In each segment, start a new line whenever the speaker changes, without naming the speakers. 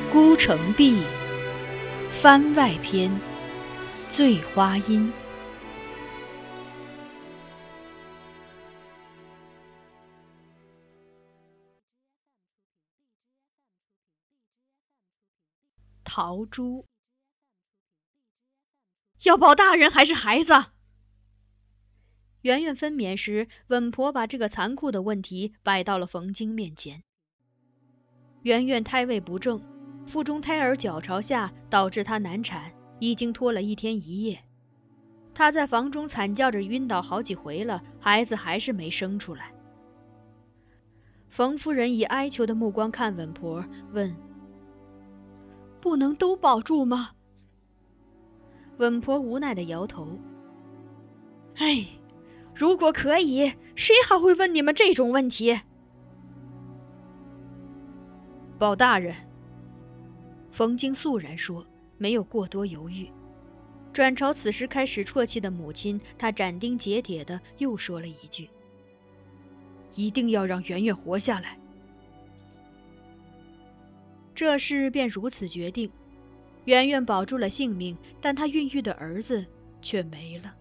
孤城闭，番外篇，醉花阴。陶朱，要保大人还是孩子？圆圆分娩时，稳婆把这个残酷的问题摆到了冯京面前。圆圆胎位不正，腹中胎儿脚朝下，导致她难产，已经拖了1天1夜。她在房中惨叫着晕倒好几回了，孩子还是没生出来。冯夫人以哀求的目光看稳婆，问：不能都保住吗？稳婆无奈地摇头：哎，如果可以，谁还会问你们这种问题？保大人，冯京肃然说，没有过多犹豫。转朝此时开始啜泣的母亲，他斩钉截铁地又说了一句：一定要让圆圆活下来。这事便如此决定，圆圆保住了性命，但她孕育的儿子却没了。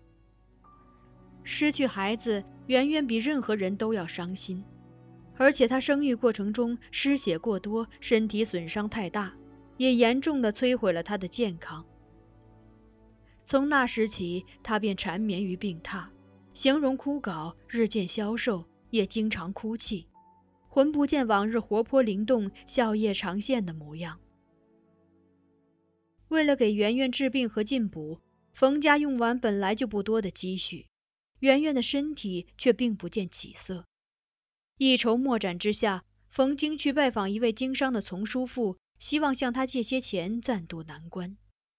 失去孩子，圆圆比任何人都要伤心，而且她生育过程中失血过多，身体损伤太大，也严重地摧毁了她的健康。从那时起，她便缠绵于病榻，形容枯槁，日渐消瘦，也经常哭泣，浑不见往日活泼灵动、笑靥常现的模样。为了给圆圆治病和进补，冯家用完本来就不多的积蓄，圆圆的身体却并不见起色。一筹莫展之下，冯京去拜访一位经商的丛叔父，希望向他借些钱暂渡难关。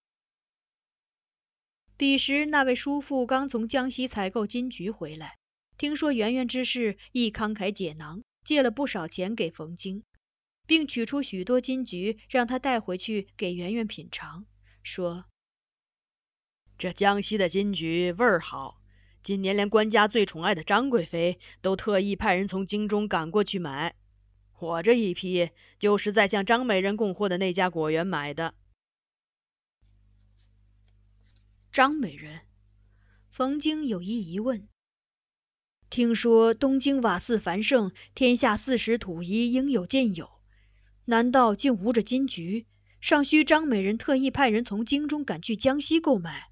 彼时那位叔父刚从江西采购金桔回来，听说圆圆之事，一慷慨解囊，借了不少钱给冯京，并取出许多金桔让他带回去给圆圆品尝，说：
这江西的金桔味儿好，今年连官家最宠爱的张贵妃都特意派人从京中赶过去买，我这一批就是在向张美人供货的那家果园买的。
张美人？冯京有疑问。听说东京瓦肆繁盛，天下40土夷应有尽有，难道竟无这金桔？尚需张美人特意派人从京中赶去江西购买？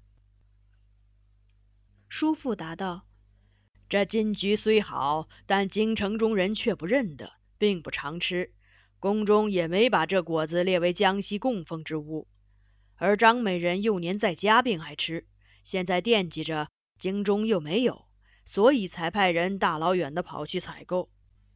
叔父答道：
这金桔虽好，但京城中人却不认得，并不常吃，宫中也没把这果子列为江西供奉之物。而张美人幼年在家并爱吃，现在惦记着京中又没有，所以才派人大老远的跑去采购。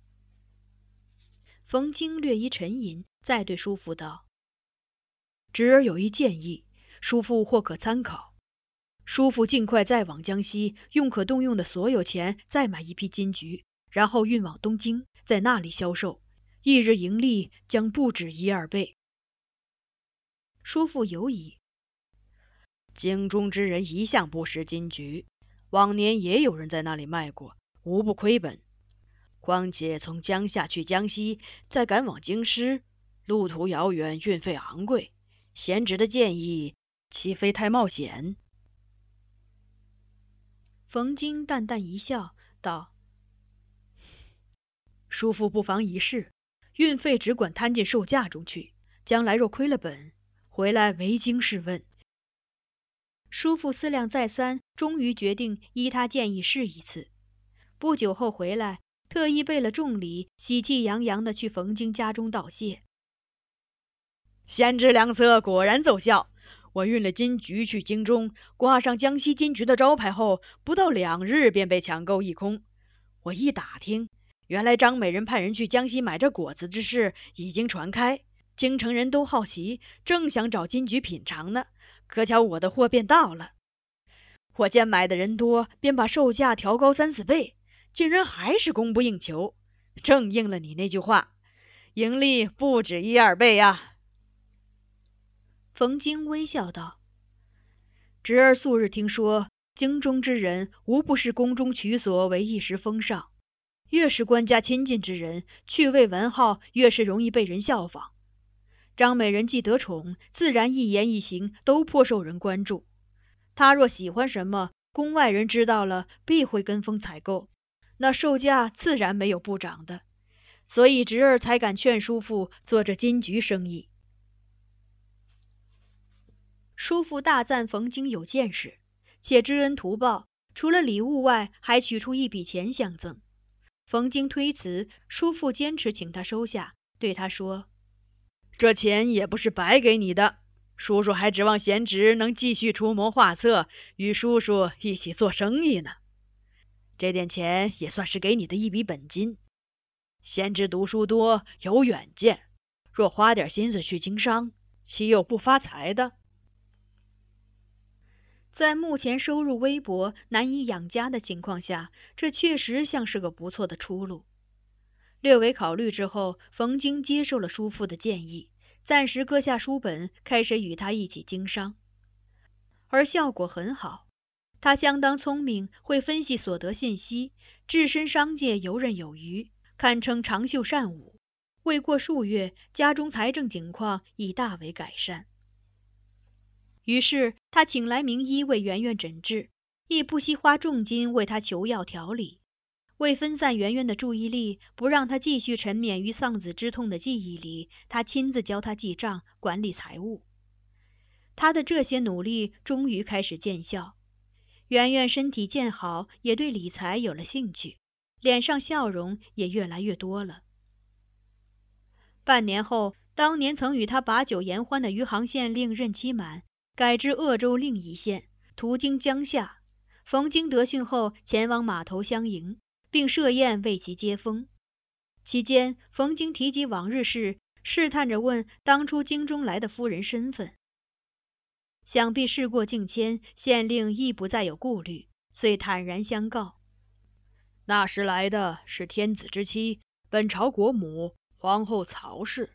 冯京略一沉吟，再对叔父道：侄儿有一建议，叔父或可参考。叔父尽快再往江西，用可动用的所有钱再买一批金桔，然后运往东京，在那里销售，一日盈利将不止1、2倍。叔父犹疑：
京中之人一向不食金桔，往年也有人在那里卖过，无不亏本。况且从江夏去江西，再赶往京师，路途遥远，运费昂贵，贤侄的建议岂非太冒险？
冯京淡淡一笑，道：叔父不妨一试，运费只管摊进售价中去，将来若亏了本，回来唯经试问。叔父思量再三，终于决定依他建议试一次。不久后回来，特意备了重礼，喜气洋洋地去冯京家中道谢。
贤侄良策果然奏效，我运了金桔去京中，挂上江西金桔的招牌后，不到2日便被抢购一空。我一打听，原来张美人派人去江西买这果子之事已经传开，京城人都好奇，正想找金桔品尝呢，可巧我的货便到了。我见买的人多，便把售价调高3、4倍，竟然还是供不应求，正应了你那句话，盈利不止1、2倍啊。
冯京微笑道：侄儿素日听说，京中之人无不是宫中取所为一时风尚，越是官家亲近之人，趣味文好越是容易被人效仿。 张美人既得宠，自然一言一行都颇受人关注。她若喜欢什么，宫外人知道了必会跟风采购，那售价自然没有不涨的，所以侄儿才敢劝叔父做这金桔生意。叔父大赞冯京有见识，且知恩图报，除了礼物外，还取出一笔钱相赠。冯京推辞，叔父坚持请他收下，对他说：“
这钱也不是白给你的，叔叔还指望贤侄能继续出谋划策，与叔叔一起做生意呢。这点钱也算是给你的一笔本金。贤侄读书多，有远见，若花点心思去经商，岂有不发财的？”
在目前收入微薄、难以养家的情况下，这确实像是个不错的出路。略微考虑之后，冯京接受了叔父的建议，暂时搁下书本，开始与他一起经商。而效果很好，他相当聪明，会分析所得信息，置身商界游刃有余，堪称长袖善舞。未过数月，家中财政景况已大为改善。于是他请来名医为圆圆诊治，亦不惜花重金为他求药调理。为分散圆圆的注意力，不让他继续沉湎于丧子之痛的记忆里，他亲自教他记账、管理财务。他的这些努力终于开始见效，圆圆身体渐好，也对理财有了兴趣，脸上笑容也越来越多了。半年后，当年曾与他把酒言欢的余杭县令任期满，改至鄂州另一县，途经江夏。冯京得讯后，前往码头相迎，并设宴为其接风。期间，冯京提及往日事，试探着问当初京中来的夫人身份。想必事过境迁，县令亦不再有顾虑，遂坦然相告：
那时来的是天子之妻，本朝国母皇后曹氏。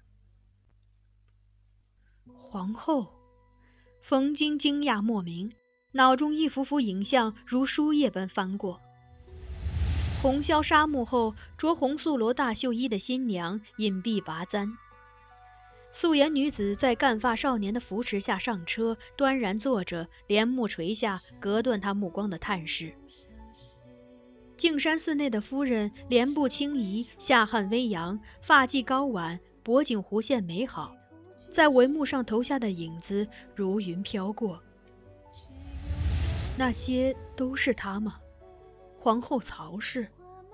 皇后？冯京惊讶莫名，脑中一幅幅影像如书页般翻过。红绡纱幕后，着红素罗大绣衣的新娘隐蔽拔簪，素颜女子在干发少年的扶持下上车，端然坐着，帘幕垂下，隔断他目光的探视。径山寺内的夫人莲步轻移，下颔微扬，发髻高挽，脖颈弧线美好，在帷幕上投下的影子如云飘过。那些都是她吗？皇后曹氏。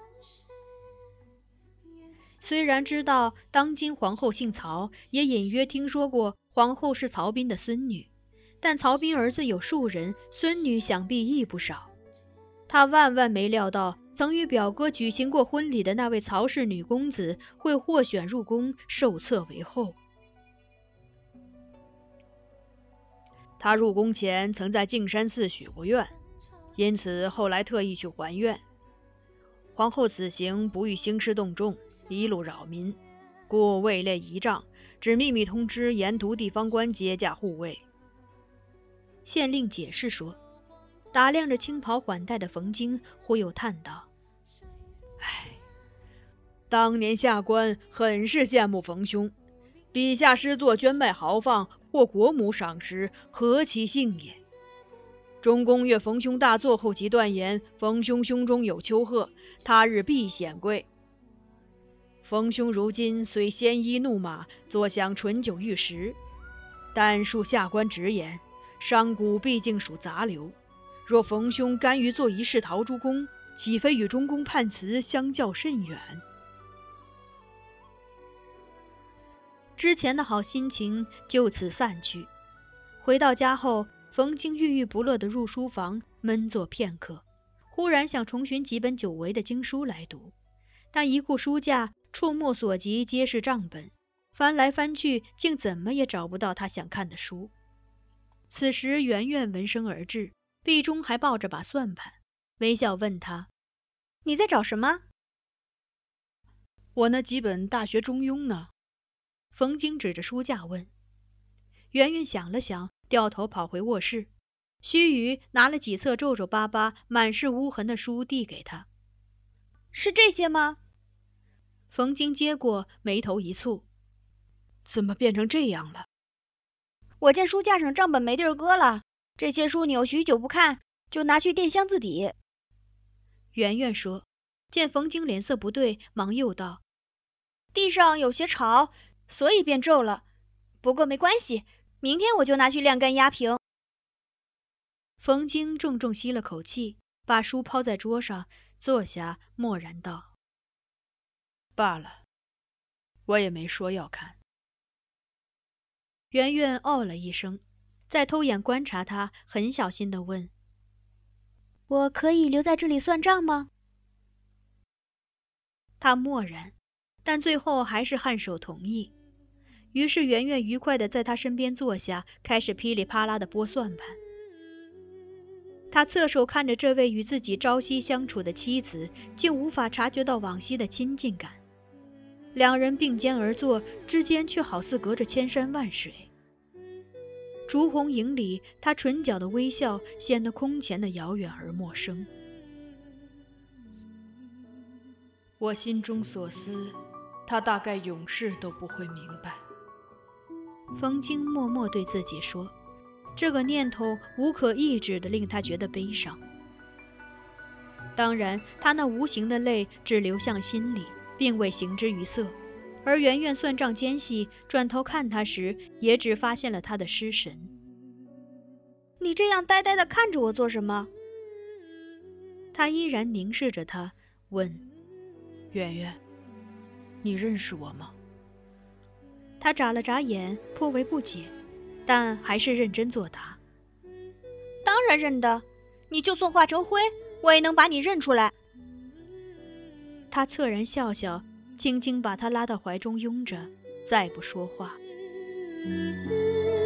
虽然知道当今皇后姓曹，也隐约听说过皇后是曹彬的孙女，但曹彬儿子有数人，孙女想必亦不少。他万万没料到，曾与表哥举行过婚礼的那位曹氏女公子会获选入宫，受册为后。
他入宫前曾在径山寺许过愿，因此后来特意去还愿。皇后此行不欲兴师动众，一路扰民，故位列仪仗，只秘密通知沿途地方官接驾护卫。
县令解释说，打量着青袍缓带的冯京，忽又叹道：
唉，当年下官很是羡慕冯兄，笔下诗作捐卖豪放，获国母赏识，何其幸也！中宫阅冯兄大作后，即断言冯兄胸中有丘壑，他日必显贵。冯兄如今虽鲜衣怒马，坐享醇酒玉食，但恕下官直言，商贾毕竟属杂流，若冯兄甘于做一世陶朱公，岂非与中宫判词相较甚远？
之前的好心情就此散去。回到家后，冯京郁郁不乐地入书房闷坐片刻，忽然想重寻几本久违的经书来读，但一顾书架，触目所及皆是账本，翻来翻去，竟怎么也找不到他想看的书。此时圆圆闻声而至，臂中还抱着把算盘，微笑问他：你在找什么？
我那几本大学中庸呢？
冯京指着书架问。圆圆想了想，掉头跑回卧室，须臾拿了几册皱皱巴巴、满是污痕的书递给他。是这些吗？冯京接过，眉头一蹙。
怎么变成这样了？
我见书架上账本没地儿搁了，这些书你又许久不看，就拿去垫箱子底。
圆圆说。见冯京脸色不对，忙又道：
地上有些潮，所以变皱了。不过没关系，明天我就拿去晾干压平。
冯京重重吸了口气，把书抛在桌上，坐下默然道：
罢了，我也没说要看。
圆圆哦了一声，再偷眼观察他，很小心地问：
我可以留在这里算账吗？
他默然，但最后还是颔首同意。于是圆圆愉快地在他身边坐下，开始噼里啪啦地拨算盘。他侧手看着这位与自己朝夕相处的妻子，竟无法察觉到往昔的亲近感。两人并肩而坐，之间却好似隔着千山万水。烛红影里，他唇角的微笑显得空前的遥远而陌生。我心中所思，他大概永世都不会明白。冯京默默对自己说，这个念头无可抑制地令他觉得悲伤。当然，他那无形的泪只流向心里，并未形之于色。而圆圆算账间隙，转头看他时，也只发现了他的失神。
你这样呆呆地看着我做什么？
他依然凝视着他，问：圆圆，你认识我吗？他眨了眨眼，颇为不解，但还是认真作答：
当然认得，你就算化成灰，我也能把你认出来。
他恻然笑笑，轻轻把他拉到怀中拥着，再不说话。